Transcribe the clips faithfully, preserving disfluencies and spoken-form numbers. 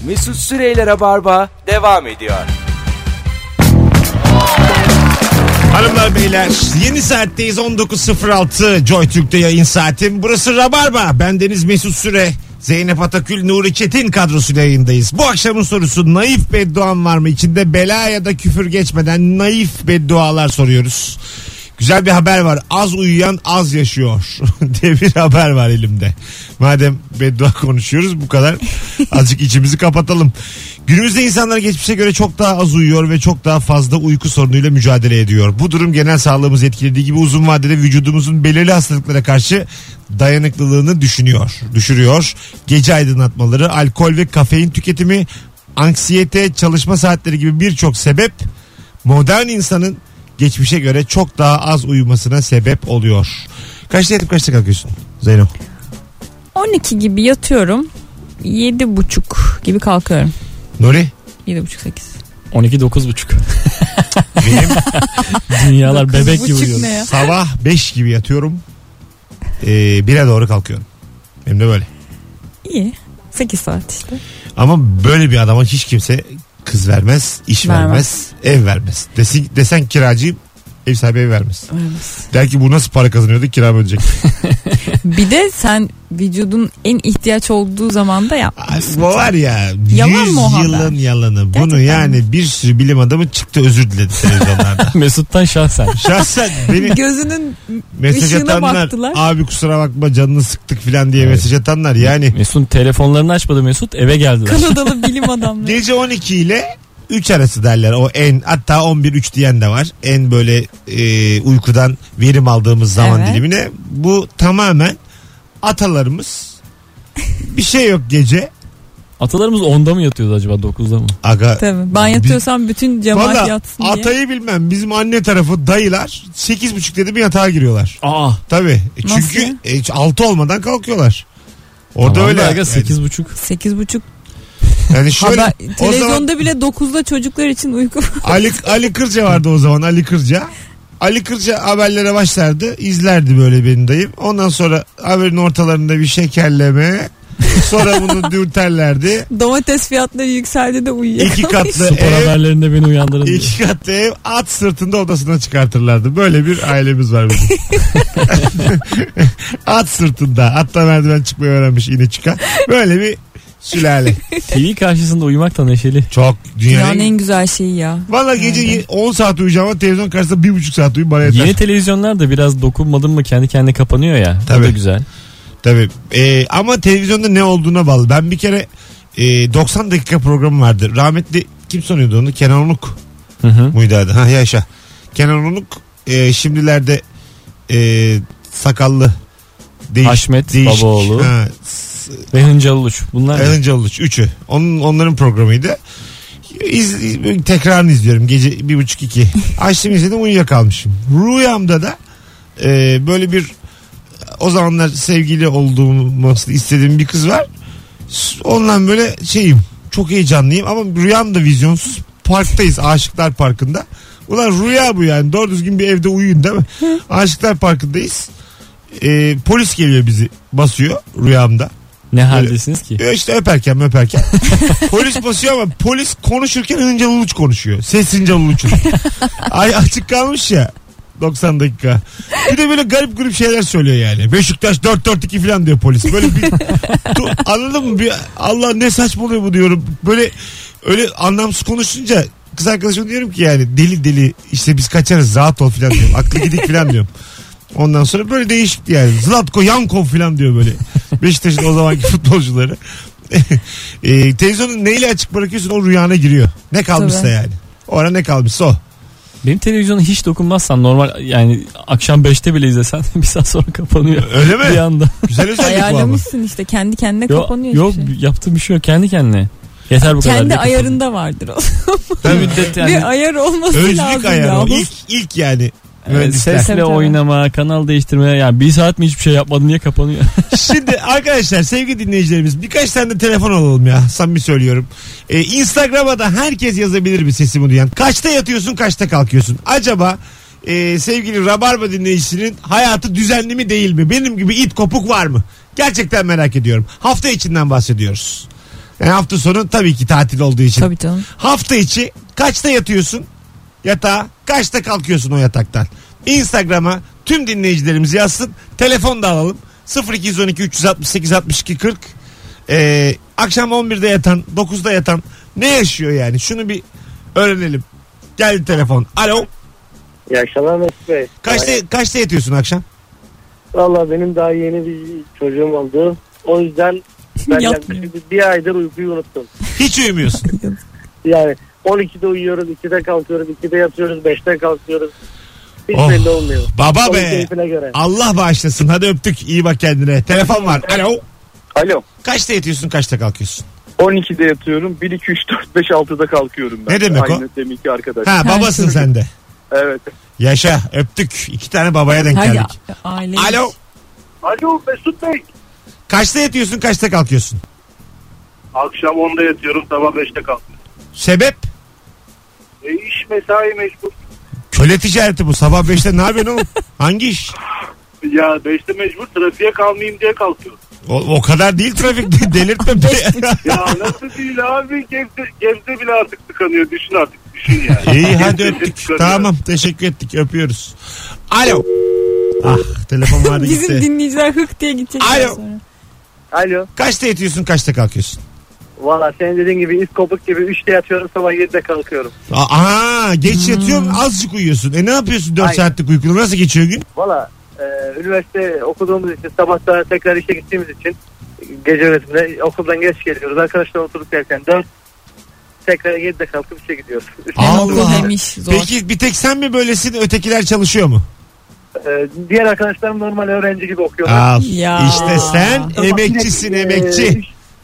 Mesut Süreyler'e Barba devam ediyor. Hanımlar beyler, yeni saatteyiz. on dokuz sıfır altı Joy Türk'te yayın saatim. Burası Rabarba. Bendeniz Mesut Süre, Zeynep Atakül, Nuri Çetin kadrosuyla yayındayız. Bu akşamın sorusu: naif bedduan var mı? İçinde bela ya da küfür geçmeden naif beddualar soruyoruz. Güzel bir haber var. Az uyuyan az yaşıyor diye bir haber var elimde. Madem beddua konuşuyoruz, bu kadar azıcık içimizi kapatalım. Günümüzde insanlar geçmişe göre çok daha az uyuyor ve çok daha fazla uyku sorunuyla mücadele ediyor. Bu durum genel sağlığımızı etkilediği gibi uzun vadede vücudumuzun belirli hastalıklara karşı dayanıklılığını düşünüyor, düşürüyor. Gece aydınlatmaları, alkol ve kafein tüketimi, anksiyete, çalışma saatleri gibi birçok sebep modern insanın geçmişe göre çok daha az uyumasına sebep oluyor. Kaçta yatıp kaçta kalkıyorsun Zeyno? on iki gibi yatıyorum. yedi buçuk gibi kalkıyorum. Nuri? yedi buçuk sekiz. on iki dokuz buçuk. Benim Dünyalar bebek gibi uyuyor. Sabah beş gibi yatıyorum. Ee, bire doğru kalkıyorum. Benim de böyle. İyi. sekiz saat işte. Ama böyle bir adama hiç kimse kız vermez, iş vermez, vermez ev vermez. Desin, desen kiracıyım, ev sahibi ev vermez. vermez. Der ki bu nasıl para kazanıyordu, kira mı ödeyecek? Bir de sen vücudun en ihtiyaç olduğu zamanda yapmışsın. Bu var ya, yalan yüz yılın yalanı. Gerçekten bunu yani mi? Bir sürü bilim adamı çıktı, özür diledi televizyonlarda. Mesut'tan şahsen. Şahsen. Benim gözünün mesaj ışığına atanlar, baktılar. abi kusura bakma canını sıktık falan diye evet. mesaj atanlar yani. Mesut'un telefonlarını açmadı Mesut, eve geldiler. Kanadalı bilim adamları. Gece on iki ile üç arası derler. O en, hatta on bir üç diyen de var. En böyle e, uykudan verim aldığımız zaman evet. dilimine. Bu tamamen atalarımız. Bir şey yok gece. Atalarımız onda mı yatıyordu acaba, dokuzda mı? Aga, tabii. Ben yatıyorsam biz, bütün cemaat yatsın diye. Atayı bilmem. Bizim anne tarafı dayılar sekiz buçuk dedi mi yatağa giriyorlar. Aa. Tabii. Çünkü e, altı olmadan kalkıyorlar. Orada tamam, öyle. Yani. sekiz buçuk. sekiz buçuk. Yani şöyle, Haber, televizyonda zaman, bile dokuzda çocuklar için uyku. Ali, Ali Kırca vardı o zaman, Ali Kırca. Ali Kırca haberlere başlardı, izlerdi böyle benim dayım. Ondan sonra haberin ortalarında bir şekerleme, sonra bunu dürterlerdi. Domates fiyatları yükseldi de uyuyor. İki katlı spor ev, haberlerinde beni uyandırın. İki katlı ev, at sırtında odasına çıkartırlardı. Böyle bir ailemiz var bizim. At sırtında, hatta merdiven çıkmayı öğrenmiş yine çıkan. Böyle bir sülale. T V karşısında uyumak da neşeli. Çok. Dünyanın, dünyanın en güzel şeyi ya. Valla gece evet. on saat uyuyacağım ama televizyon karşısında bir buçuk saat uyuyayım bana yeter. Yeni televizyonlar da biraz dokunmadın mı kendi kendine kapanıyor ya. Tabii. O da güzel. Tabii. Ee, ama televizyonda ne olduğuna bağlı. Ben bir kere e, doksan dakika programı vardı. Rahmetli kim sanıyordu onu? Kenan Onuk. Hı hı. Muydu adı? Ha yaşa. Kenan Onuk e, şimdilerde e, sakallı değiş, Haşmet değişik. Babaoğlu. Ha, ve Hıncal Uluç. Bunlar Hıncal Uluç. Üçü. Onun, onların programıydı. İz, tekrarını izliyorum. Gece bir buçuk iki. Açtım izledim, uyuyakalmışım. Rüyamda da e, böyle bir, o zamanlar sevgili olduğumu istediğim bir kız var. Ondan böyle şeyim, çok heyecanlıyım ama rüyamda vizyonsuz. Parktayız, Aşıklar Parkı'nda. Ulan rüya bu yani. Doğru düzgün bir evde uyuyun değil mi? Aşıklar Parkı'ndayız. E, polis geliyor, bizi basıyor rüyamda. Ne haldesiniz ki? İşte öperken öperken. Polis basıyor ama polis konuşurken Hıncal Uluç konuşuyor. Ses Hıncal Uluç'un. Ay açık kalmış ya doksan dakika. Bir de böyle garip garip şeyler söylüyor yani. Beşiktaş dört dört iki falan diyor polis. Böyle bir anladın mı? Bir, Allah ne saçmalıyor bu diyorum. Böyle öyle anlamsız konuşunca kız arkadaşım diyorum ki yani deli deli işte biz kaçarız rahat ol falan diyorum. Aklı gidik falan diyorum. Ondan sonra böyle değişikti yani. Zlatko Yankov falan diyor böyle. Beşiktaş'ın o zamanki futbolcuları. e, televizyonu neyle açık bırakıyorsun o rüyana giriyor. Ne kalmışsa tabii. Yani. O ara ne kalmışsa o. Benim televizyona hiç dokunmazsam normal yani akşam beşte bile izlesen bir saat sonra kapanıyor. Öyle mi? Bir anda. Güzel özellik bu ama. Ayarlamışsın işte kendi kendine yok, kapanıyor. Yok şey. Yaptığım bir şey yok kendi kendine. Yeter bu kendi kadar. Kendi ayarında vardır o. Tabii. Müddet yani. Bir ayar olması özlük lazım. Özlük ayarı o. İlk, ilk yani. Evet, sesle tabii, oynama, tabii. Kanal değiştirme, yani bir saat mi hiçbir şey yapmadın diye kapanıyor. Şimdi arkadaşlar, sevgili dinleyicilerimiz, birkaç tane de telefon alalım ya, samimi söylüyorum. Ee, Instagram'a da herkes yazabilir mi sesimi duyan? Kaçta yatıyorsun, kaçta kalkıyorsun? Acaba e, sevgili Rabarba dinleyicisinin hayatı düzenli mi değil mi? Benim gibi it kopuk var mı? Gerçekten merak ediyorum. Hafta içinden bahsediyoruz. Yani hafta sonu tabii ki tatil olduğu için. Tabii canım. Hafta içi kaçta yatıyorsun yatağa, kaçta kalkıyorsun o yataktan? Instagram'a tüm dinleyicilerimiz yazsın. Telefon da alalım. sıfır iki on iki üç altı sekiz altmış iki kırk. Ee, akşam on birde yatan, dokuzda yatan ne yaşıyor yani? Şunu bir öğrenelim. Geldi telefon. Alo. İyi akşamlar Mesut Bey. Kaçta, kaçta yatıyorsun akşam? Valla benim daha yeni bir çocuğum oldu. O yüzden ben yaklaşık bir, bir aydır uykuyu unuttum. Hiç uyumuyorsun. Yani on ikide uyuyoruz, ikide kalkıyoruz, ikide yatıyoruz, beşte kalkıyoruz. Hiç Oh, belli olmuyor. Baba Onun be. keyfine göre. Allah bağışlasın. Hadi öptük. İyi bak kendine. Telefon var. Alo. Alo. Kaçta yatıyorsun, kaçta kalkıyorsun? on ikide yatıyorum. bir, iki, üç, dört, beş, altıda kalkıyorum ben. Ne demek o? Aynı deminki arkadaş. Ha, babasın sen de. Evet. Yaşa, öptük. İki tane babaya denk Hayır, geldik. aile. Alo. Alo Mesut Bey. Kaçta yatıyorsun, kaçta kalkıyorsun? Akşam onda yatıyorum, sabah beşte kalkıyorum. Sebep? E iş mesai mecbur. Köle ticareti bu. Sabah beşte ne yapıyorsun oğlum? Hangi iş? Ya beşte mecbur, trafiğe kalmayayım diye kalkıyorum. O, o kadar değil trafik. Delirtme. Ya nasıl değil abi, Gebze, Gebze bile artık tıkanıyor. Düşün artık, düşün yani. İyi hadi öptük. Tamam, teşekkür ettik. Öpüyoruz. Alo. Ah, telefon vardı gitti. Bizim dinleyiciler hık diye gidecek. Alo. Sonra. Alo. Kaçta yatıyorsun, kaçta kalkıyorsun? Valla senin dediğin gibi iz kopuk gibi üçte yatıyorum, sabah yedide kalkıyorum. Aa, geç yatıyorsun, azıcık uyuyorsun. E ne yapıyorsun dört Aynen. saatlik uykunu? Nasıl geçiyor gün? Valla e, üniversite okuduğumuz için, sabah da tekrar işe gittiğimiz için gece yönetimde okuldan geç geliyoruz. Arkadaşlar oturup yerken dört, tekrar yedide kalkıp işe gidiyoruz. Allah okul Allah. hem iş zor. Peki bir tek sen mi böylesin, ötekiler çalışıyor mu? E, diğer arkadaşlarım normal öğrenci gibi okuyorlar. Al. Ya. İşte sen Sabah emekçisin, yine, emekçi. E, üç,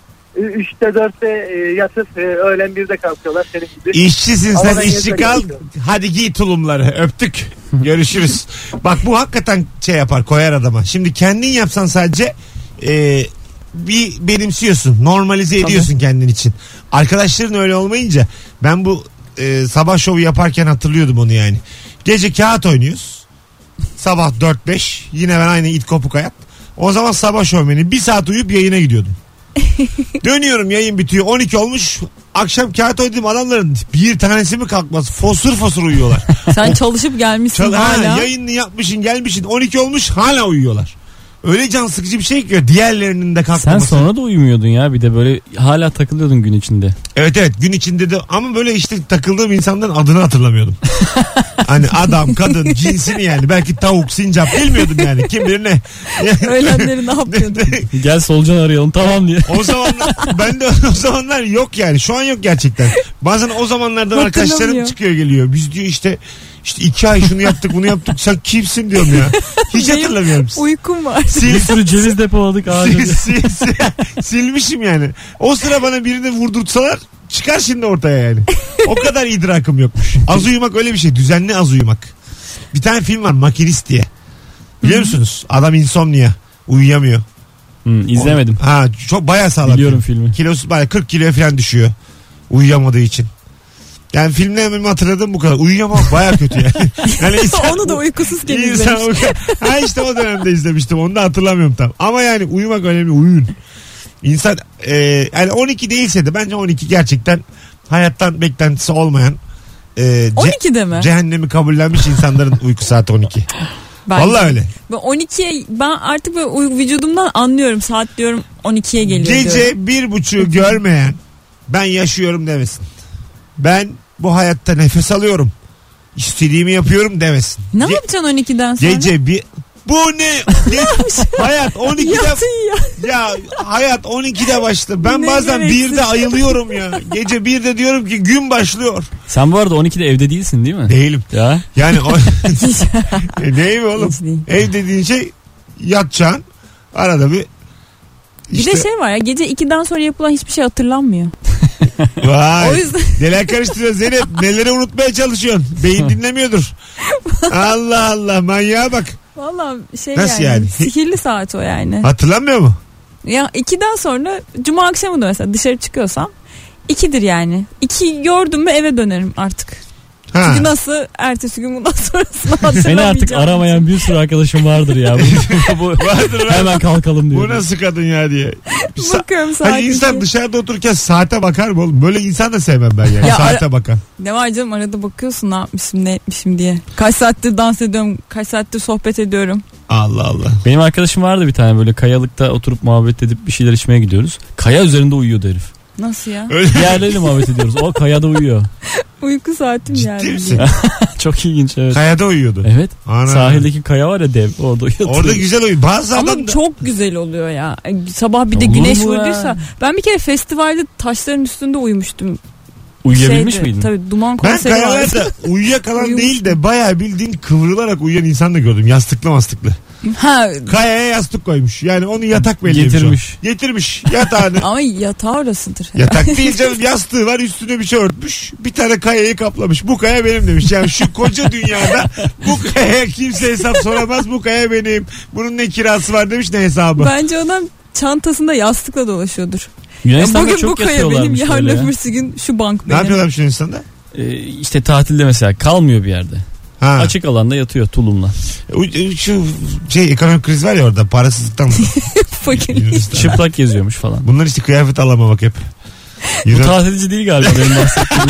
üçte dörtte e, yatıp e, öğlen birde kalkıyorlar senin gibi. İşçisin Ama sen, ben işçi yedide kal. kalkıyorum. Hadi giy tulumları. Öptük. Görüşürüz. Bak bu hakikaten şey yapar, koyar adama. Şimdi kendin yapsan sadece e, bir benimsiyorsun. Normalize ediyorsun kendin için. Arkadaşların öyle olmayınca, ben bu e, sabah şovu yaparken hatırlıyordum onu yani. Gece kağıt oynuyoruz. Sabah dört beş yine ben aynı it kopuk hayat. O zaman sabah şovmeni bir saat uyuyup yayına gidiyordum. Dönüyorum, yayın bitiyor, on iki olmuş. Akşam kağıt oynadığım adamların bir tanesi mi kalkmaz, fosur fosur uyuyorlar. Sen çalışıp gelmişsin Çal- hala. ha, yayını yapmışsın, gelmişsin, on iki olmuş, hala uyuyorlar. Öyle can sıkıcı bir şey ki diğerlerinin de Sen kalkmaması. sonra da uyumuyordun ya, bir de böyle hala takılıyordun gün içinde. Evet evet, gün içinde de, ama böyle işte takıldığım insanların adını hatırlamıyordum. Hani adam, kadın, cinsini yani. Belki tavuk, sincap bilmiyordum yani. Kim bilir ne. Öğlenleri ne yapıyordun? Gel solucan arayalım tamam diye. O zamanlar ben de o zamanlar yok yani. Şu an yok gerçekten. Bazen o zamanlardan arkadaşlarım Hatırlamıyor. çıkıyor geliyor. Biz diyor işte işte iki ay şunu yaptık bunu yaptık. Sen kimsin diyorum ya. Hiç Benim hatırlamıyorum. Uykum var. Sil, Bir sürü ceviz depoladık ağaca. sil, sil, sil, silmişim yani. O sıra bana birini vurdurtsalar çıkar şimdi ortaya yani. O kadar idrakım yokmuş. Az uyumak öyle bir şey. Düzenli az uyumak. Bir tane film var, Makinist diye. Biliyor musunuz? Adam insomnia. Uyuyamıyor. Hmm, izlemedim. Ha, çok bayağı sağlam. Biliyorum film. filmi. Kilosu bayağı kırk kiloya falan düşüyor. Uyuyamadığı için. Yani filmde benim hatırladığım bu kadar. Uyuyamamak bayağı kötü yani. Yani insan, Onu da uykusuzken insan izlemiş. uy- Ha işte o dönemde izlemiştim. Onu da hatırlamıyorum tam. Ama yani uyumak önemli. Uyuyun. İnsan e, yani on iki değilse de bence on iki gerçekten hayattan beklentisi olmayan e, ce- on ikide mi? cehennemi kabullenmiş insanların uyku saati on iki. Bence. Vallahi öyle. Ben on ikiye ben artık böyle uy- vücudumdan anlıyorum. Saat diyorum on ikiye geliyor Gece diyorum. bir buçuğu görmeyen ben yaşıyorum demesin. Ben bu hayatta nefes alıyorum, İstediğimi yapıyorum demesin. Ne Ge- yapacaksın on ikiden sonra? Gece bir bu ne? Ne? Hayat on ikide Yatın ya. ya hayat on ikide başladı. Ben Ne bazen gereksiz. birde ayılıyorum ya. Gece birde diyorum ki gün başlıyor. Sen bu arada on ikide evde değilsin değil mi? Değilim. Ya. Yani o e, neyim oğlum? Hiç değil. Ev dediğin şey yatacaksın. Arada bir Bir de şey var ya, gece ikiden sonra yapılan hiçbir şey hatırlanmıyor. Vay. O yüzden- Neler karıştırıyorsun Zeynep? Neleri unutmaya çalışıyorsun? Beyin dinlemiyordur. Allah Allah, manyağa bak. Valla şey Nasıl yani, yani? sihirli saat o yani. Hatırlamıyor mu? Ya ikiden sonra cuma akşamı da mesela dışarı çıkıyorsam ikidir yani. İki gördüm mü eve dönerim artık. Ha. Çünkü nasıl ertesi gün bundan sonrasını Beni hatırlamayacağım. artık aramayan bir sürü arkadaşım vardır ya. Bu, bu, Vardır, hemen kalkalım diyor. Bu nasıl kadın ya diye. Sa- Bakıyorum saate. Hani insan dışarıda otururken saate bakar mı oğlum? Böyle insan da sevmem ben yani. Ya saate ara- bakan. Ne var canım, arada bakıyorsun ne yapmışım ne etmişim diye. Kaç saattir dans ediyorum, kaç saattir sohbet ediyorum. Allah Allah. Benim arkadaşım vardı bir tane, böyle kayalıkta oturup muhabbet edip bir şeyler içmeye gidiyoruz. Kaya üzerinde uyuyordu herif. Nasıl ya? Öyle Diğerleriyle muhabbet ediyoruz. O kayada uyuyor. Uyku saatim ciddi geldi. misin? Çok ilginç, evet. Kayada uyuyordu. Evet. Ana. Sahildeki kaya var ya, dev. Orada uyuyordu. Orada güzel uyuyor. Bazı Ama adam da... çok güzel oluyor ya. Sabah bir de Olur güneş mu ya? vurduysa. Ben bir kere festivalde taşların üstünde uyumuştum. Uyuyabilmiş Şeydi, miydin? Tabii, Duman Ben konseri vardı. kayalarda uyuyakalan Uyumuş. değil de bayağı bildiğin kıvrılarak uyuyan insan da gördüm. Yastıklı mastıklı. Ha, Kayaya yastık koymuş. Yani onu yatak belli. Getirmiş. Getirmiş yatağını. ama yatağı orasıdır. Yatak değil canım, yastığı var, üstüne bir şey örtmüş. Bir tane kayayı kaplamış. Bu kaya benim demiş. Yani şu koca dünyada bu kayaya kimse hesap soramaz. Bu kaya benim. Bunun ne kirası var demiş, ne hesabı. Bence adam çantasında yastıkla dolaşıyordur. Yunanistan'da Bugün bu çok kaya benim, yatıyorlarmış yarın böyle ya. öbürsü gün şu bank Ne benim. yapıyorlar şu insanda? Ee, işte tatilde mesela kalmıyor bir yerde. Ha. Açık alanda yatıyor tulumla. Şu şey ekonomik kriz var ya orada, parasızlıktan mı? Fakirlik. Yunanistan. Çıplak geziyormuş falan. Bunlar işte kıyafet alamamak hep. Bu Yunan... tatilci değil galiba benim bahsettiğim.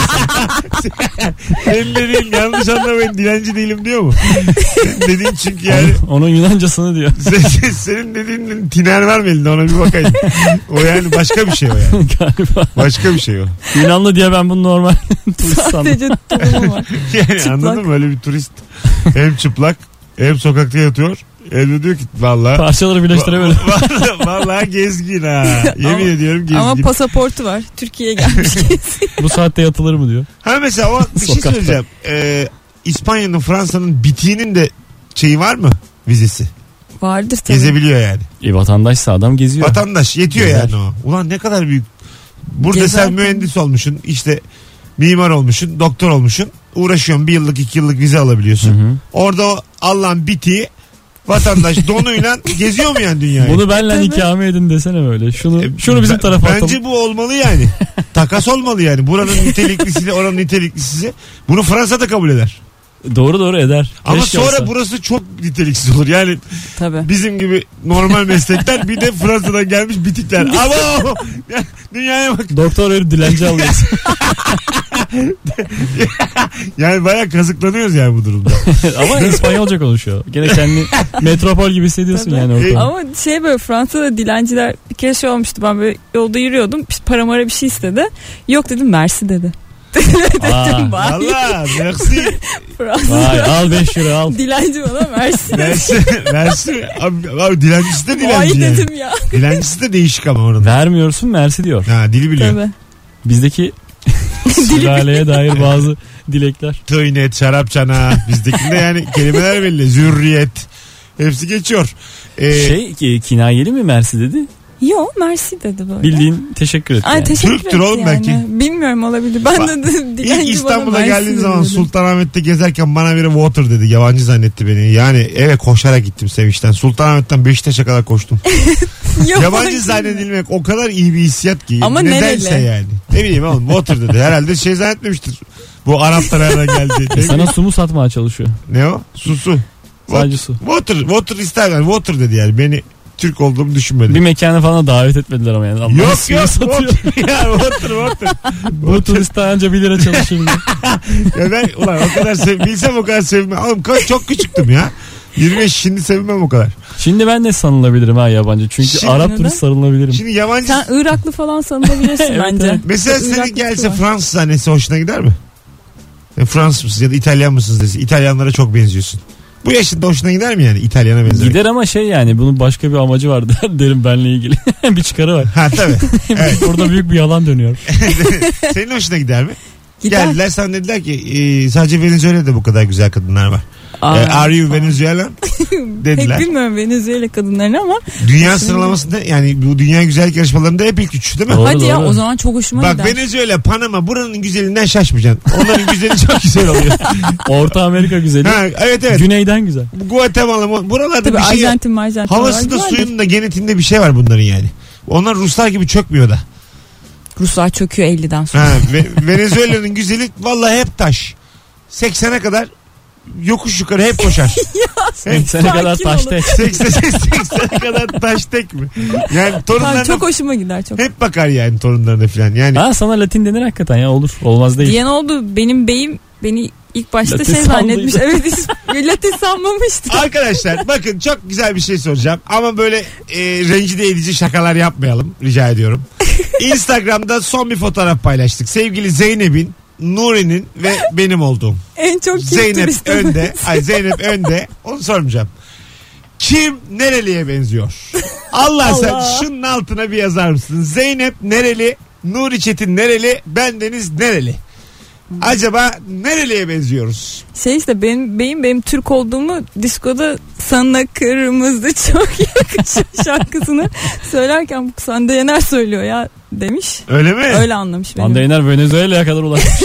Senin dediğin, yanlış anlamayın, dilenci değilim diyor mu? Senin dediğin çünkü yani Onun, onun Yunancasını diyor. sen- senin dediğin tiner var mı elinde, ona bir bakayım. O yani başka bir şey o yani. Galiba. Başka bir şey o. Yunanlı diye ben bunu normal turist sandım. Sadece tulumu var. Yani Çıplak. anladın mı, öyle bir turist hem çıplak hem sokakta yatıyor. Elde diyor ki valla Parçaları birleştire böyle. Vallahi, vallahi gezgin ha. Yemin Ama- ediyorum gezgin. Ama pasaportu var. Türkiye'ye gelmiş. Bu saatte yatılır mı diyor. Ha mesela o bir şey Sokakta. söyleyeceğim. Ee, İspanya'nın, Fransa'nın bitiğinin de şeyi var mı? Vizesi. Vardır tabii. Gezebiliyor yani. E vatandaşsa adam geziyor. Vatandaş yetiyor Gezer. yani o. Ulan ne kadar büyük. Burada Gezer sen mühendis olmuşsun, işte mimar olmuşsun, doktor olmuşsun. Uğraşıyorsun, bir yıllık iki yıllık vize alabiliyorsun. Hı hı. Orada o Allah'ın bitiği vatandaş donuyla geziyor mu yani dünyayı? Bunu benle Tabii. ikame edin desene böyle. Şunu E, şunu bizim ben- tarafa atalım. Bence bu olmalı yani. Takas olmalı yani. Buranın niteliklisiyle oranın niteliklisi. Bunu Fransa da kabul eder. Doğru doğru eder. Ama Keşke sonra olsa. burası çok niteliksiz olur. Yani Tabii. bizim gibi normal meslekler, bir de Fransa'dan gelmiş bitikler. Ama o- ya, dünyaya bak. Doktor verip dilenci alıyorsun. Yani bayağı kazıklanıyoruz yani bu durumda. Ama İspanyolca konuşuyor. Gene kendi metropol gibi hissediyorsun Tabii. yani orada. Ama şey, böyle Fransa'da dilenciler bir kere şey olmuştu, ben böyle yolda yürüyordum, işte para mara bir şey istedi, yok dedim, mersi dedi. Aa, Dedim, vay. Allah merci. Fransa'da Vay al beş euro al. dilenci bana mersi dedi. Merci. Merci. Abi, abi dilencisi de Vay dilenci yani. dedim ya. Dilencisi de değişik ama orada. Vermiyorsun mersi diyor. Ha, dili biliyor. Tabii. Bizdeki sülaleye dair bazı dilekler. Töynet, şarap çana. Bizdekinde yani kelimeler belli. Zürriyet. Hepsi geçiyor. Ee, Şey ki, kinayeli mi mersi dedi? Yo, mersi dedi böyle. Bildiğin teşekkür et. Ay, yani. teşekkür Türktür etti oğlum yani. belki. Bilmiyorum, olabilir. Ben Bak, de dedim, dilenci İlk İstanbul'a bana mersi geldiğim zaman dedi. Sultanahmet'te gezerken bana biri water dedi. Yabancı zannetti beni. Yani eve koşarak gittim sevinçten. Sultanahmet'ten Beşiktaş'a kadar koştum. Yok, Yabancı bak- zannedilmek o kadar iyi bir hissiyat ki. Ama nedense nereli? yani. Ne bileyim oğlum, water dedi. Herhalde şey zannetmemiştir. Bu Arap'tan nereden geldi. E Ne, sana su mu satmaya çalışıyor? ne o? Su su. Sadece su. Water. Water ister yani. Water dedi yani. Beni Türk olduğumu düşünmedi. Bir mekana falan davet etmediler ama yani. Allah Yok suyu yok. satıyor. Water. Ya, water water. Bu turist daha önce bir lira çalışır mı? Ya ben ulan o kadar sev, bilsem o kadar sevmem. Oğlum ka- çok küçüktüm ya. yirmi beş, şimdi sevmem o kadar. Şimdi ben de sanılabilirim ha yabancı. Çünkü Şimdi Arap neden? turist sanılabilirim. Şimdi yabancı... Sen Iraklı falan sanılabilirsin Evet, bence. evet. Mesela Iraklısı senin gelse var. Fransız annesi hoşuna gider mi? E, Fransız mısın ya da İtalyan mısınız dese. İtalyanlara çok benziyorsun. Bu yaşında hoşuna gider mi yani İtalyana benzemek? Gider ama şey yani bunun başka bir amacı var derim benle ilgili. Bir çıkarı var. Ha tabii. Evet. Burada büyük bir yalan dönüyor. Senin hoşuna gider mi? Gider. Geldiler sana dediler ki e, sadece Venezuela'da bu kadar güzel kadınlar var. Aa, E, are you Venezuelan? Dediler. Pek bilmiyorum Venezuela kadınlarını ama. Dünya sıralamasında yani bu dünya güzellik yarışmalarında hep ilk üç değil mi? Doğru, Hadi ya, doğru. o zaman çok hoşuma Bak gider. Venezuela, Panama buranın güzelinden şaşmayacaksın. Onların güzeli çok güzel oluyor. Orta Amerika güzeli. Ha, evet evet. Güneyden güzel. Guatemala buralarda Tabii bir şey. Arjantin, Arjantin. Havasında, vardır. suyunda, genetiğinde bir şey var bunların yani. Onlar Ruslar gibi çökmüyor da. Ruslar çöküyor elliden sonra. Ha, Ve- Venezuela'nın güzeli vallahi hep taş. seksene kadar yokuş yukarı hep koşar. seksene kadar taş tek. seksene kadar taş tek mi? Yani torunlarına çok hoşuma gider çok. hep bakar yani torunlarına falan. Yani Ha, sana Latin denir hakikaten ya, olur. Olmaz değil. Diyen oldu. Benim beyim beni ilk başta Latin şey sandıydı. zannetmiş. Evet, hiç Latin sanmamıştı. arkadaşlar bakın çok güzel bir şey soracağım. Ama böyle e, rencide edici şakalar yapmayalım. Rica ediyorum. Instagram'da son bir fotoğraf paylaştık. Sevgili Zeynep'in, Nuri'nin ve benim olduğum. En çok kim Zeynep turist önde. Ay Zeynep önde. Onu sormayacağım. Kim nereliye benziyor? Allah, Allah. sen şunun altına bir yazar mısın? Zeynep nereli? Nuri Çetin nereli? Bendeniz nereli? Acaba nereliye benziyoruz? Şey işte benim beyim benim Türk olduğumu diskoda sana kırmızı çok yakışıyor şarkısını söylerken bu Hande Yener söylüyor ya demiş. Öyle mi? Öyle anlamış benim. Hande Yener Venezuela'ya kadar ulaşmış.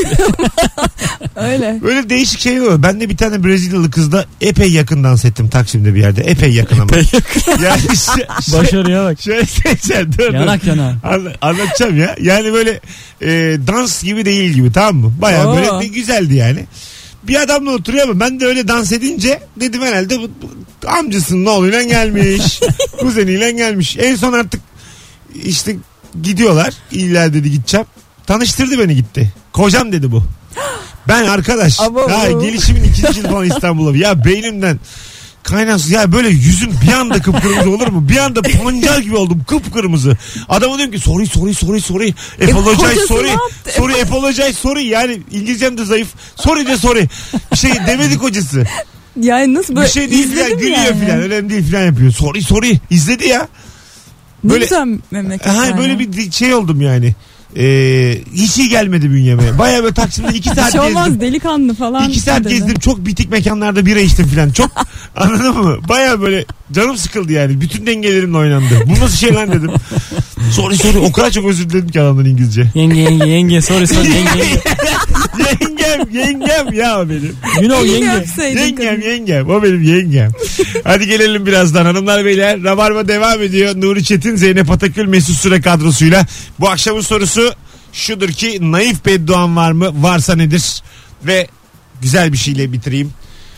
Öyle. Böyle değişik şey oluyor. Ben de bir tane Brezilyalı kızla epey yakın dans ettim Taksim'de bir yerde. Epey yakın ama. yani ş- Başarıya bak. şöyle seçen. Dur, dur. Yanak yana. Anla- anlatacağım ya. Yani böyle e, dans gibi değil gibi, tamam mı? Bayağı Oo. böyle de güzeldi yani. Bir adamla oturuyor ama ben de öyle dans edince dedim herhalde bu, bu amcasının oğluyla gelmiş. Kuzeniyle gelmiş. En son artık işte gidiyorlar. İlla dedi gideceğim. Tanıştırdı beni, gitti. Kocam dedi bu. Ben arkadaş. Abo. Ha, gelişimin ikinci yılı falan İstanbul'a. Ya beynimden kaynaksız ya, böyle yüzüm bir anda kıpkırmızı olur mu? Bir anda pancar gibi oldum, kıpkırmızı. Adama diyorum ki sorry sorry sorry sorry. Apologize kocası sorry. ne yaptı? Sorry apologize sorry. Yani İngilizcem de zayıf. Sorry de sorry. Bir şey demedi kocası. Yani nasıl böyle Bir şey değil filan, izledim gülüyor yani. filan. Önemli değil filan yapıyor. Sorry sorry. İzledi ya. Ne Böyle- güzel memleket. Ha, yani. böyle bir şey oldum yani. Ee, hiç iyi gelmedi bünyeme. Bayağı böyle Taksim'de iki Bir saat şey olmaz gezdim. delikanlı falan. İki saat dedi. gezdim. Çok bitik mekanlarda bira içtim filan. Çok anladın mı? Bayağı böyle canım sıkıldı yani. Bütün dengelerimle oynandı. Bu nasıl şey lan dedim. Sorry sorry. O kadar çok özür diledim ki adamdan İngilizce. Yenge yenge yenge sorry sorry yenge yenge. yengem yengem ya o benim. You know Yine yenge. öpseydin Yengem kadını. yengem. O benim yengem. Hadi gelelim birazdan hanımlar beyler. Rabarba devam ediyor. Nuri Çetin, Zeynep Atakül, Mesut Süre kadrosuyla. Bu akşamın sorusu şudur ki, naif bedduan var mı? Varsa nedir? Ve güzel bir şeyle bitireyim.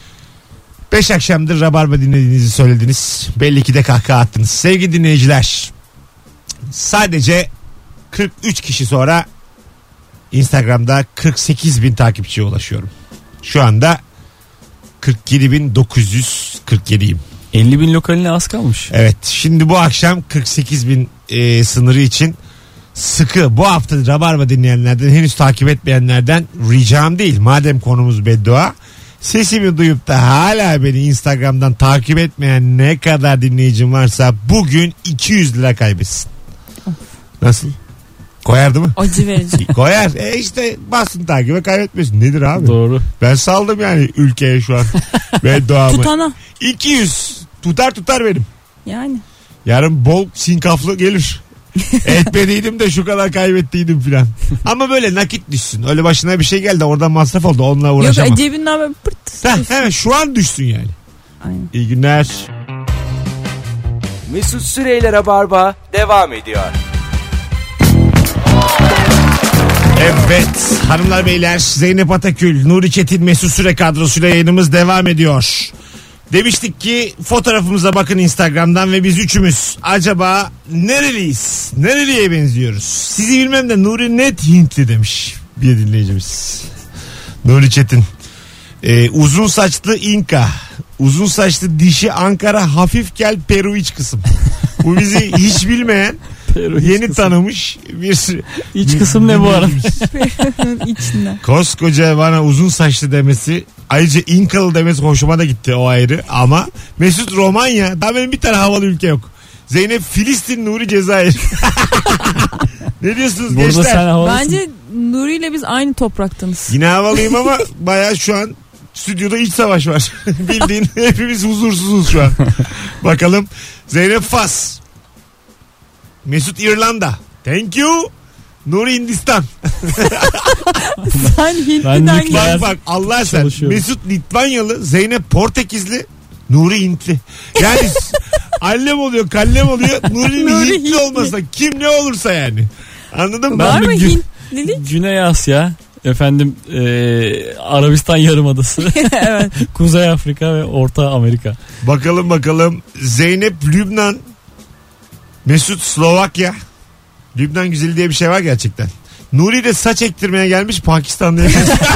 Beş akşamdır Rabarba dinlediğinizi söylediniz. Belli ki de kahkaha attınız. Sevgili dinleyiciler, sadece kırk üç kişi sonra Instagram'da kırk sekiz bin takipçiye ulaşıyorum. Şu anda kırk yedi bin dokuz yüz kırk yediyim. elli bin lokaline az kalmış. Evet, şimdi bu akşam kırk sekiz bin e, sınırı için sıkı bu hafta Rabarba dinleyenlerden, henüz takip etmeyenlerden ricam değil. Madem konumuz beddua, sesimi duyup da hala beni Instagram'dan takip etmeyen ne kadar dinleyicim varsa bugün iki yüz lira kaybetsin. Nasıl? Koyardı mı? Acı verici. Koyar. E işte basın takibe, kaybetmesin. Nedir abi? Doğru. Ben saldım yani ülkeye şu an. Bedduamı. Tutana. iki yüz. Tutar tutar benim. Yani. Yarın bol sinkaflı gelir. Etmediydim de şu kadar kaybettiydim filan. Ama böyle nakit düşsün. Öyle başına bir şey geldi, oradan masraf oldu, onunla Yok uğraşamam. cebinden böyle pırt. Heh, hemen şu an düşsün yani. Aynen. İyi günler. Mesut Süreyle Rabarba devam ediyor. Evet hanımlar beyler, Zeynep Atakül, Nuri Çetin, Mesut Süre kadrosuyla yayınımız devam ediyor. Demiştik ki fotoğrafımıza bakın Instagram'dan ve biz üçümüz acaba nereliyiz? Nereliye benziyoruz? Sizi bilmem de Nuri net Hintli demiş bir dinleyicimiz. Nuri Çetin. Ee, uzun saçlı İnka. Uzun saçlı dişi Ankara, hafif gel Peru iç kısım. Bu bizi hiç bilmeyen, Peru iç yeni kısım. tanımış bir... İç kısım ne bu arada? içinde. Koskoca bana uzun saçlı demesi, ayrıca İnkalı demesi hoşuma da gitti, o ayrı. Ama Mesut Romanya, daha benim bir tane havalı ülke yok. Zeynep Filistin, Nuri Cezayir. Ne diyorsunuz Burada gençler? sen havalısın. Bence Nuri ile biz aynı topraktanız. Yine havalıyım ama baya şu an stüdyoda iç savaş var. Bildiğin hepimiz huzursuzuz şu an. Bakalım. Zeynep Fas. Mesut İrlanda. Thank you. Nuri Hindistan. Sen Ben Hintli'den nükleer- gel. Bak bak Allah sen. Çalışıyorum. Mesut Litvanyalı, Zeynep Portekizli, Nuri Hintli. Yani s- allem oluyor, kallem oluyor. Nuri'nin Nuri Hintli Hintli. olmasa kim ne olursa yani. Anladın mı? Ben Var bir mı gün- Hintlilik? Güney Asya, Efendim e, Arabistan Yarımadası. Evet. Kuzey Afrika ve Orta Amerika. Bakalım bakalım. Zeynep Lübnan. Mesut Slovakya. Lübnan güzeli diye bir şey var gerçekten. Nuri de saç ektirmeye gelmiş Pakistanlı'ya.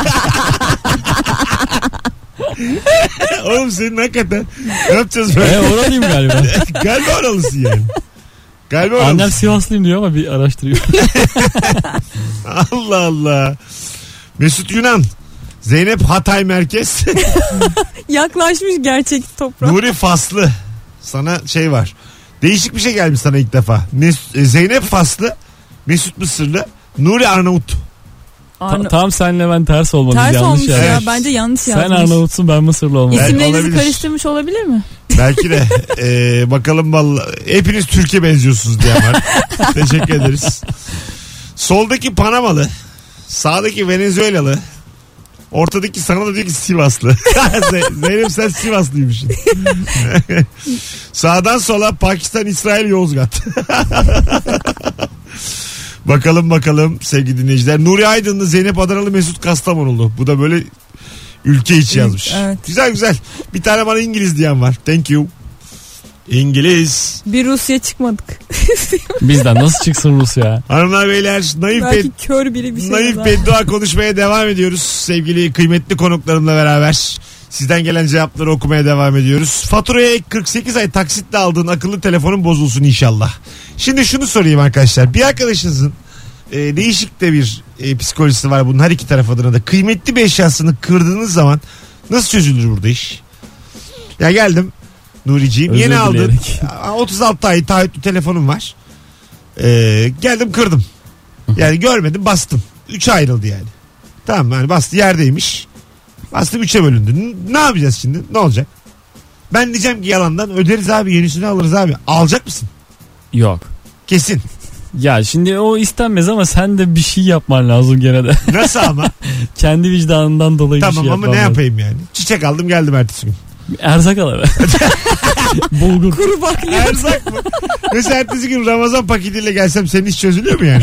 Oğlum senin hakikaten ne yapacağız böyle? E, oralıyım galiba. Galiba oralısın yani. Galiba oralısın. Annem Sivaslıyım diyor ama bir araştırıyor. Allah Allah. Mesut Yunan. Zeynep Hatay Merkez. Yaklaşmış gerçek toprağa. Nuri Faslı. Sana şey var. Değişik bir şey gelmiş sana ilk defa. Mes- Zeynep Faslı. Mesut Mısırlı. Nuri Arnavut. Arna- Ta- tam senle ben ters olmamız Ters yanlış olmuş yani. ya. Evet. Bence yanlış Sen yazmış. Arnavutsun ben Mısırlı olmalıyım. Ben- İsimlerinizi olabilir. karıştırmış olabilir mi? Belki de. Ee, bakalım vallahi. Hepiniz Türkiye benziyorsunuz diye var. Teşekkür ederiz. Soldaki Panamalı. Sağdaki Venezuelalı. Ortadaki sana da diyor ki Sivaslı. Z- Zeynep sen Sivaslıymışsın. Sağdan sola Pakistan, İsrail, Yozgat. Bakalım bakalım sevgili dinleyiciler. Nuri Aydınlı, Zeynep Adanalı, Mesut Kastamonulu. Bu da böyle ülke içi yazmış. Evet. Güzel güzel. Bir tane bana İngiliz diyen var. Thank you. İngiliz. Bir Rusya çıkmadık. Bizden nasıl çıksın Rusya? Hanımlar beyler naif, Belki bed- kör biri bir şey naif yazar. beddua konuşmaya devam ediyoruz. Sevgili kıymetli konuklarımla beraber. Sizden gelen cevapları okumaya devam ediyoruz. Faturaya ek kırk sekiz ay taksitle aldığın akıllı telefonun bozulsun inşallah. Şimdi şunu sorayım arkadaşlar. Bir arkadaşınızın e, değişik de bir e, psikolojisi var bunun her iki taraf adına da. Kıymetli bir eşyasını kırdığınız zaman nasıl çözülür burada iş? Ya geldim Nuriciğim Özür yeni aldın. dileyerek. otuz altı ay taahhütlü telefonum var. Ee, geldim kırdım. Yani görmedim bastım. üçe ayrıldı yani. Tamam yani bastı yerdeymiş. Bastım üçe bölündü. N- ne yapacağız şimdi? Ne olacak? Ben diyeceğim ki yalandan öderiz abi yenisini alırız abi. Alacak mısın? Yok. Kesin. Ya şimdi o istenmez ama sen de bir şey yapman lazım gene de. Nasıl ama? Kendi vicdanından dolayı bir Tamam şey ama yapman ne lazım. yapayım yani? Çiçek aldım geldim ertesi gün. Erzak al eve. Bulgur. Kuru bakliyat. Erzak mı? Mesela ertesi gün Ramazan paketiyle gelsem senin iş çözülüyor mu yani?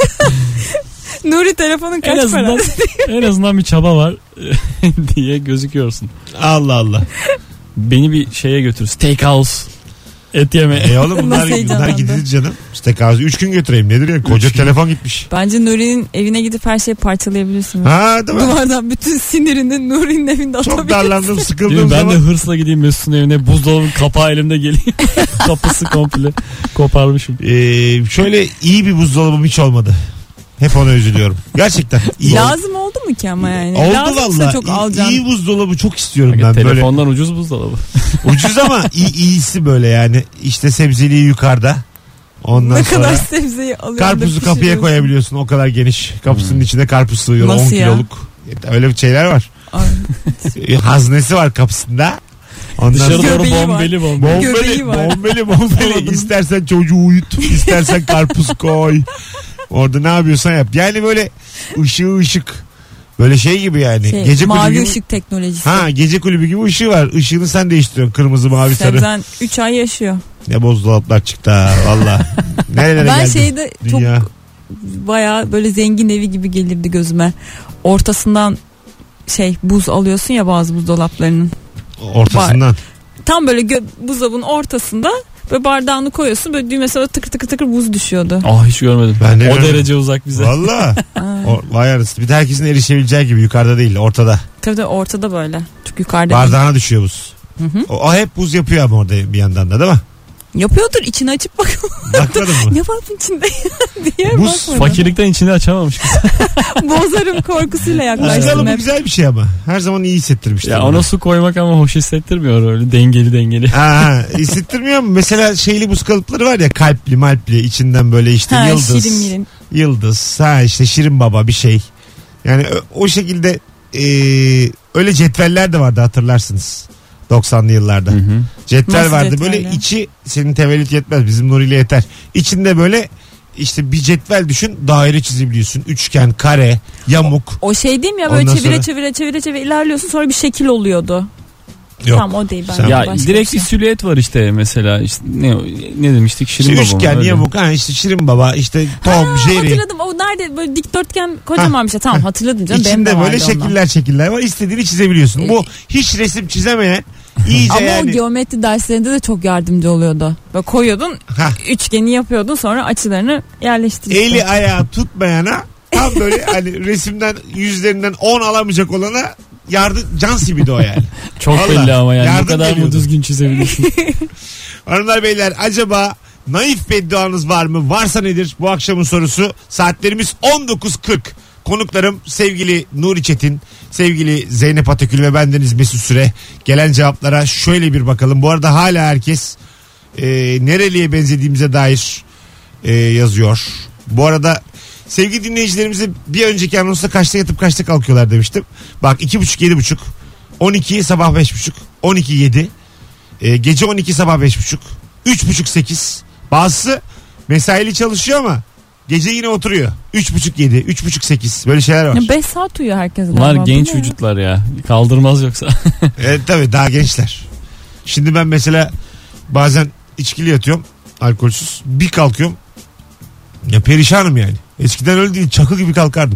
Nuri telefonun En kaç azından, para? en azından bir çaba var diye gözüküyorsun. Allah Allah. Beni bir şeye götür. Steakhouse. Et yeme. E oğlum bunlar, Nasıl bunlar heyecanlandı? gidilir canım. İşte kahve üç gün götüreyim nedir ya? Koca Üç gün. telefon gitmiş. Bence Nuri'nin evine gidip her şeyi parçalayabilirsin. Ha değil mi? Duvardan bütün sinirini Nuri'nin evinde Çok atabilirsin. darlandım Değil mi? sıkıldığım Ben zaman. de hırsla gideyim Mesut'un evine. Buzdolabının kapağı elimde geleyim. Kapısı komple koparmışım. Ee, şöyle iyi bir buzdolabım hiç olmadı. Hep ona üzülüyorum. Gerçekten. iyi. Lazım oldu mu ki ama yani? Oldu Lazımsa valla. çok İyi, alacaksın. iyi buzdolabı çok istiyorum Aga, ben telefondan ucuz buzdolabı. böyle. Ucuz ama iyi, iyisi böyle yani. İşte sebzeliği yukarıda. Ondan Ne sonra kadar sebzeyi alıyorsun. da karpuzu kapıya pişiriyorsun. koyabiliyorsun. O kadar geniş. Kapısının içinde karpuz sığıyor. Nasıl on ya? kiloluk. Öyle bir şeyler var. Ay. Haznesi var kapısında. Ondan Dışarı sonra doğru Göbeği var. bombeli bombeli. bombeli, Göbeği var. bombeli, bombeli. Anladım. İstersen çocuğu uyut. İstersen karpuz koy. Orada ne yapıyorsan yap. Yani böyle ışığı ışık. Böyle şey gibi yani. Şey, gece kulübü mavi gibi. ışık teknolojisi. Ha gece kulübü gibi ışığı var. Işığını sen değiştiriyorsun. Kırmızı, mavi, sarı. Sebzen üç ay yaşıyor. Ne buzdolaplar çıktı ha valla. Nerelere Ben geldi şeyde çok dünya. bayağı böyle zengin evi gibi gelirdi gözüme. Ortasından şey buz alıyorsun ya bazı buzdolaplarının. Ortasından. Tam böyle gö- buzdolabının ortasında böyle bardağını koyuyorsun böyle düğmesi böyle tıkır tıkır tıkır buz düşüyordu. Ah hiç görmedim. Ben de o görmedim. derece uzak bize. Valla. Aa, O- Vay arası. Bir de herkesin erişebileceği gibi yukarıda değil ortada. tabii tabii ortada böyle. Çok yukarıda değil. Bardağına düşüyor buz. Hı hı. O, o hep buz yapıyor ama orada bir yandan da değil mi? Yapıyordur içini açıp bak. Bakmadın mı? Ne var bunun içinde diye Buz bakmadım. Fakirlikten içini açamamış kız. Bozarım korkusuyla yaklaştım Buzdolabı hep. güzel bir şey ama. Her zaman iyi hissettirmiştir. Ya bana. ona su koymak ama hoş hissettirmiyor öyle dengeli dengeli. Ha, ha, hissettirmiyor mu? Mesela şeyli buz kalıpları var ya kalpli malpli içinden böyle işte Ha, yıldız. şirin mirin. Yıldız. Ha işte Şirin Baba bir şey. Yani ö- o şekilde e, öyle cetveller de vardı hatırlarsınız. doksanlı yıllarda. Hı hı. Cetvel Nasıl vardı cetvel böyle ya? içi senin tevellüt yetmez bizim Nuri'yle yeter. İçinde böyle işte bir cetvel düşün daire çizebiliyorsun. Üçgen, kare, yamuk. O şey değil mi ya böyle Ondan çevire sonra- çevire çevire çevire ilerliyorsun sonra bir şekil oluyordu. Yok. Tamam o değil. Sen- Ben Ya başka direkt bir bir şey. silüet var işte mesela işte ne ne demiştik Şirin İşte Baba üçgen, mı? Öyle. yamuk, ha işte Şirin Baba, işte Tom, Ha, Jerry. hatırladım. O nerede böyle dikdörtgen kocaman bir şey. Tamam hatırladım canım. Benim de İçinde böyle vardı ondan. şekiller şekiller var. İstediğini çizebiliyorsun. E- Bu hiç resim çizemeyen iyice Ama yani. o geometri derslerinde de çok yardımcı oluyordu. Böyle koyuyordun, Ha, üçgeni yapıyordun, sonra açılarını yerleştiriyorsun. eli ayağı tutmayana tam böyle hani resimden yüzlerinden on alamayacak olana yardım, can simidi o yani. Çok Vallahi, belli ama yani yardım bu kadar mı geliyordu. düzgün çizebilirsin? Hanımlar beyler, acaba naif bedduanız var mı? Varsa nedir? Bu akşamın sorusu. Saatlerimiz on dokuz kırk. Konuklarım sevgili Nuri Çetin, sevgili Zeynep Atakül ve bendeniz Mesut Süre. Gelen cevaplara şöyle bir bakalım. Bu arada hala herkes e, nereliye benzediğimize dair e, yazıyor. Bu arada sevgili dinleyicilerimize bir önceki anonsta kaçta yatıp kaçta kalkıyorlar demiştim. Bak iki buçuk yedi buçuk, on iki sabah beş buçuk, on iki yedi, e, gece on iki sabah beş buçuk, üç buçuk sekiz. Bazısı mesaili çalışıyor ama gece yine oturuyor. üç buçuk yedi, üç buçuk sekiz, böyle şeyler var. beş saat uyuyor herkes galiba. Bunlar Bu genç ne ya? vücutlar ya. Kaldırmaz yoksa. Evet tabii, daha gençler. Şimdi ben mesela bazen içkili yatıyorum, alkolsüz. Bir kalkıyorum. Ya perişanım yani. Eskiden öyle değil, çakı gibi kalkardım.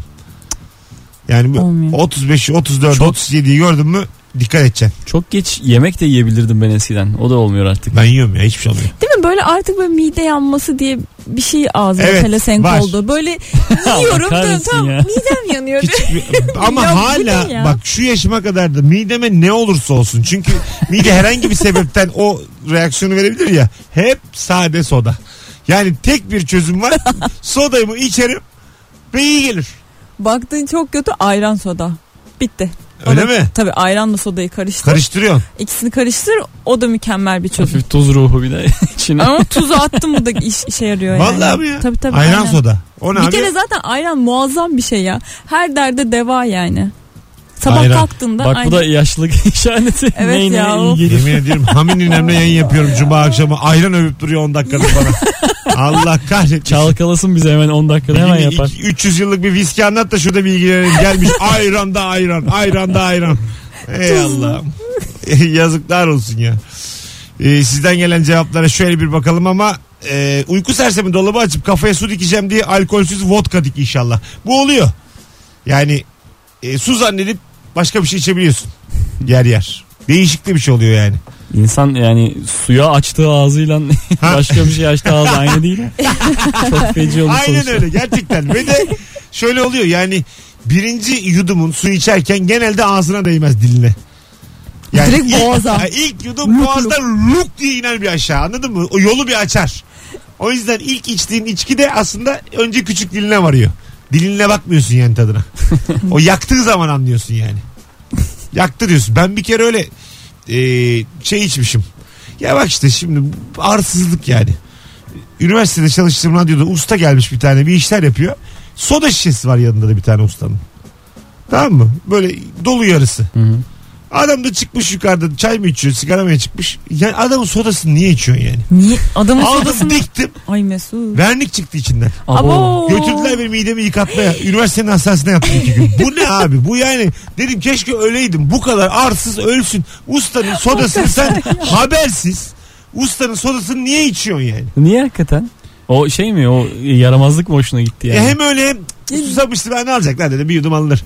Yani Olmuyor. otuz beş, otuz dört, Çok- otuz yediyi gördün mü dikkat edeceksin. Çok geç yemek de yiyebilirdim ben eskiden. O da olmuyor artık. Ben yiyorum ya, hiçbir şey olmuyor. Değil mi? Böyle artık böyle mide yanması diye bir şey ağzıma Evet, pelesenk var. oldu. Böyle yiyorum da kahretsin tam ya. midem yanıyor. Küçük bir- ama Ya bu hala ne ya? bak şu yaşıma kadar da mideme ne olursa olsun. Çünkü mide herhangi bir sebepten o reaksiyonu verebilir ya. Hep sade soda. Yani tek bir çözüm var. Sodamı içerim ve iyi gelir. Baktığın çok kötü, ayran soda. Bitti. O Öyle da- mi? Tabii ayranla sodayı karıştır. Karıştırıyorsun. İkisini karıştır, o da mükemmel bir çözüm. Hafif tuz ruhu bir de içine. Ama tuzu attım mı da iş, işe yarıyor yani. Vallahi mi ya? Tabii tabii. Ayran aynen. soda. O ne Bir abi? kere zaten ayran muazzam bir şey ya. Her derde deva yani. Sabah Ayran. kalktığında Bak bu da aynen. yaşlılık işareti. Evet Neyine ya, iyi o. gelir. Yemin ediyorum Hamin İnem'le yayın yapıyorum cuma akşamı. Ayran övüp duruyor on dakikadır bana. Allah kahretsin. Çalkalasın bize hemen on dakikada hemen Bilgini yapar. iki- üç yüz yıllık bir viski anlat da şurada bilgilenelim. Gelmiş ayran da ayran. Ayran da ayran. Ey Allah'ım. Yazıklar olsun ya. Ee, sizden gelen cevaplara şöyle bir bakalım ama e, uyku sersemi dolabı açıp kafaya su dikeceğim diye alkolsüz vodka dik inşallah. Bu oluyor. Yani e, su zannedip başka bir şey içebiliyorsun. Yer yer. Değişik de bir şey oluyor yani. İnsan yani suya açtığı ağzıyla başka bir şey açtığı ağzı aynı değil mi? Çok feci olur Aynen sonuçta. öyle gerçekten. Ve de şöyle oluyor yani birinci yudumun su içerken genelde ağzına değmez, diline. Yani Direkt ilk- boğaza. Ha, ilk yudum boğazda luk diye iner bir aşağı, anladın mı? O yolu bir açar. O yüzden ilk içtiğin içki de aslında önce küçük diline varıyor. Dilinle bakmıyorsun yani tadına. O yaktığı zaman anlıyorsun yani. Yaktı diyorsun. Ben bir kere öyle e, şey içmişim. Ya bak işte şimdi arsızlık yani. Üniversitede çalıştığım radyoda usta gelmiş bir tane, bir işler yapıyor. Soda şişesi var yanında da bir tane ustanın. Tamam mı? Böyle dolu yarısı. Hı hı. Adam da çıkmış yukarıda, çay mı içiyor, sigara mı çıkmış. Yani adamın sodasını niye içiyorsun yani? Niye? Adamın Aldım sodasını... diktim. Ay Mesut. Vernik çıktı içinden. Abo. Götürdüler beni midemi yıkatmaya. Üniversitenin hastanesine yattım iki gün. Bu ne abi? Bu yani dedim keşke öleydim. Bu kadar arsız ölsün. Ustanın sodasını sen habersiz. Ustanın sodasını niye içiyorsun yani? Niye hakikaten? O şey mi, o yaramazlık mı hoşuna gitti yani? Ya hem öyle hem susamıştı, ben ne alacaklar dedim, bir yudum alınır.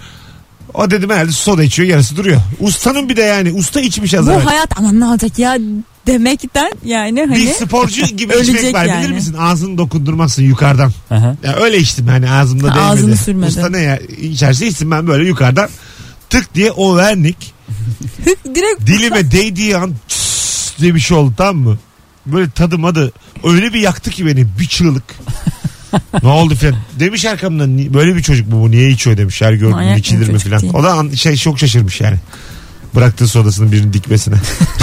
O dedim herhalde soda içiyor, yarısı duruyor. Ustanın bir de yani usta içmiş az evvel. Bu hayat aman ne olacak ya demekten yani hani. Bir sporcu gibi Ölecek içmek var, bilir yani. misin? Ağzını dokundurmazsın yukarıdan. Aha. Ya öyle içtim hani, ağzımda Ha, değmedi. ağzını sürmedi. Usta ne ya içerse içsin, ben böyle yukarıdan tık diye o vernik Direkt dilime değdiği an çıs diye bir şey oldu, tamam mı? Böyle tadım adı öyle bir yaktı ki beni, bir çığlık. Ne oldu falan demiş arkamdan, "Ni- böyle bir çocuk mu bu, niye içiyor demiş, her gördüğüm Manyak bir içilir mi çocuk falan. değil. O da an- şey çok şaşırmış yani. Bıraktığı sodasının birinin dikmesine.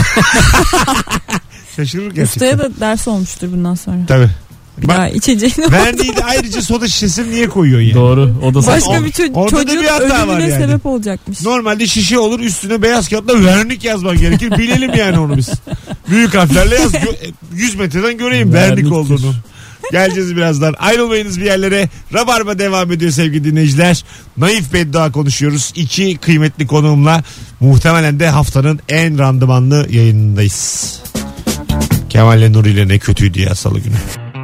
Şaşırır gerçekten. ustaya da ders olmuştur bundan sonra. Tabii. Bir Bak, daha içeceğini. verdiği de ayrıca soda şişesini niye koyuyorsun yani? Doğru. O da Başka o- bir ço- orada da çocuğun bir hata var ölümüne yani. sebep olacakmış. Normalde şişe olur, üstüne beyaz kağıtla vernik yazman gerekir. Bilelim yani onu biz. Büyük harflerle yaz. Gö- yüz metreden göreyim vernik Verniktir. olduğunu. Geleceğiz birazdan. Ayrılmayınız bir yerlere. Rabarba devam ediyor sevgili dinleyiciler. Naif beddua konuşuyoruz. İki kıymetli konuğumla muhtemelen de haftanın en randımanlı yayınındayız. Kemal'le Nuri ile ne kötüydü ya salı günü.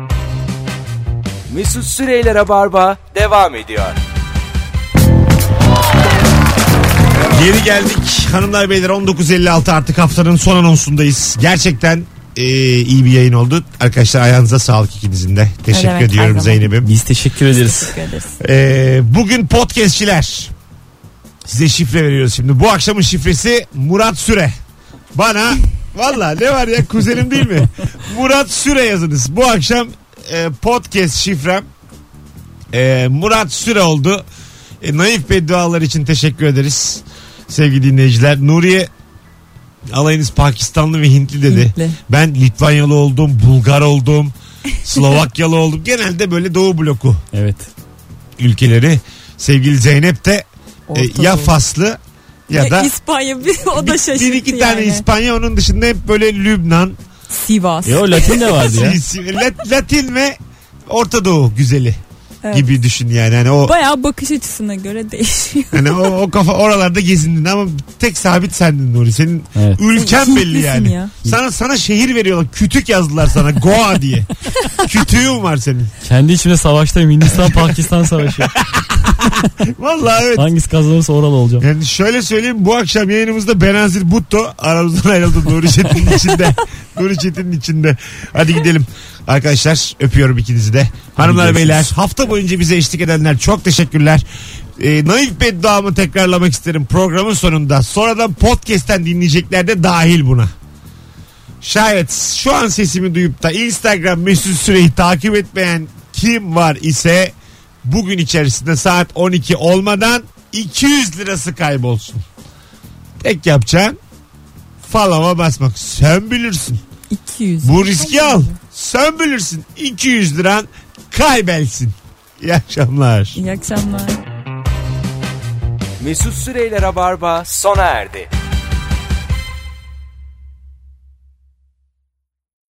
Mesut Süreyle Rabarba devam ediyor. Geri geldik hanımlar beyler, on dokuz elli altı artık haftanın son anonsundayız. Gerçekten e, iyi bir yayın oldu. Arkadaşlar ayağınıza sağlık ikinizin de. Teşekkür Evet, ediyorum Zeynep'im. Biz teşekkür ederiz. Teşekkür ederiz. E, bugün podcastçiler size şifre veriyoruz şimdi. Bu akşamın şifresi Murat Süre. Bana valla ne var ya, kuzenim değil mi? Murat Süre yazınız. Bu akşam e, podcast şifrem e, Murat Süre oldu. E, naif beddualar için teşekkür ederiz sevgili dinleyiciler. Nuriye alayınız Pakistanlı ve Hintli dedi. Hintli. Ben Litvanyalı oldum, Bulgar oldum, Slovakyalı oldum. Genelde böyle Doğu bloku Evet. ülkeleri. Sevgili Zeynep de e, ya Faslı ya, Ya da İspanya bir, o da şaşırttı bir iki yani. tane İspanya, onun dışında hep böyle Lübnan, Sivas. E o Latin de vardı ya. Lat- Latin ve Orta Doğu güzeli Evet. gibi düşün yani. Hani o Bayağı bakış açısına göre değişiyor. hani o, o kafa oralarda gezindin ama tek sabit sendin Nuri. Senin Evet. ülken belli Hintlisin yani. ya. Sana sana şehir veriyorlar. Kütük yazdılar sana. Goa diye. Kütüğün var senin. Kendi içimde savaştayım. Hindistan Pakistan savaşı. Vallahi evet. Hangisi kazanırsa oralı olacağım. Yani şöyle söyleyeyim, bu akşam yayınımızda Benazir Bhutto aramızdan ayrıldı Nuri Çetin'in içinde. Nuri Çetin'in içinde. Hadi gidelim. Arkadaşlar öpüyorum ikinizi de. Hanımlar görüşürüz. beyler, hafta boyunca bize eşlik edenler çok teşekkürler. Ee, naif bedduamı tekrarlamak isterim programın sonunda. Sonradan podcast'ten dinleyecekler de dahil buna. Şayet şu an sesimi duyup da Instagram Mesut Süreyi takip etmeyen kim var ise bugün içerisinde saat on iki olmadan iki yüz lirası kaybolsun. Tek yapacağın follow'a basmak. Sen bilirsin. iki yüz. Bu riski al. Sen bilirsin. iki yüz liran kaybelsin. İyi akşamlar. İyi akşamlar. Mesut Süreyle Rabarba sona erdi.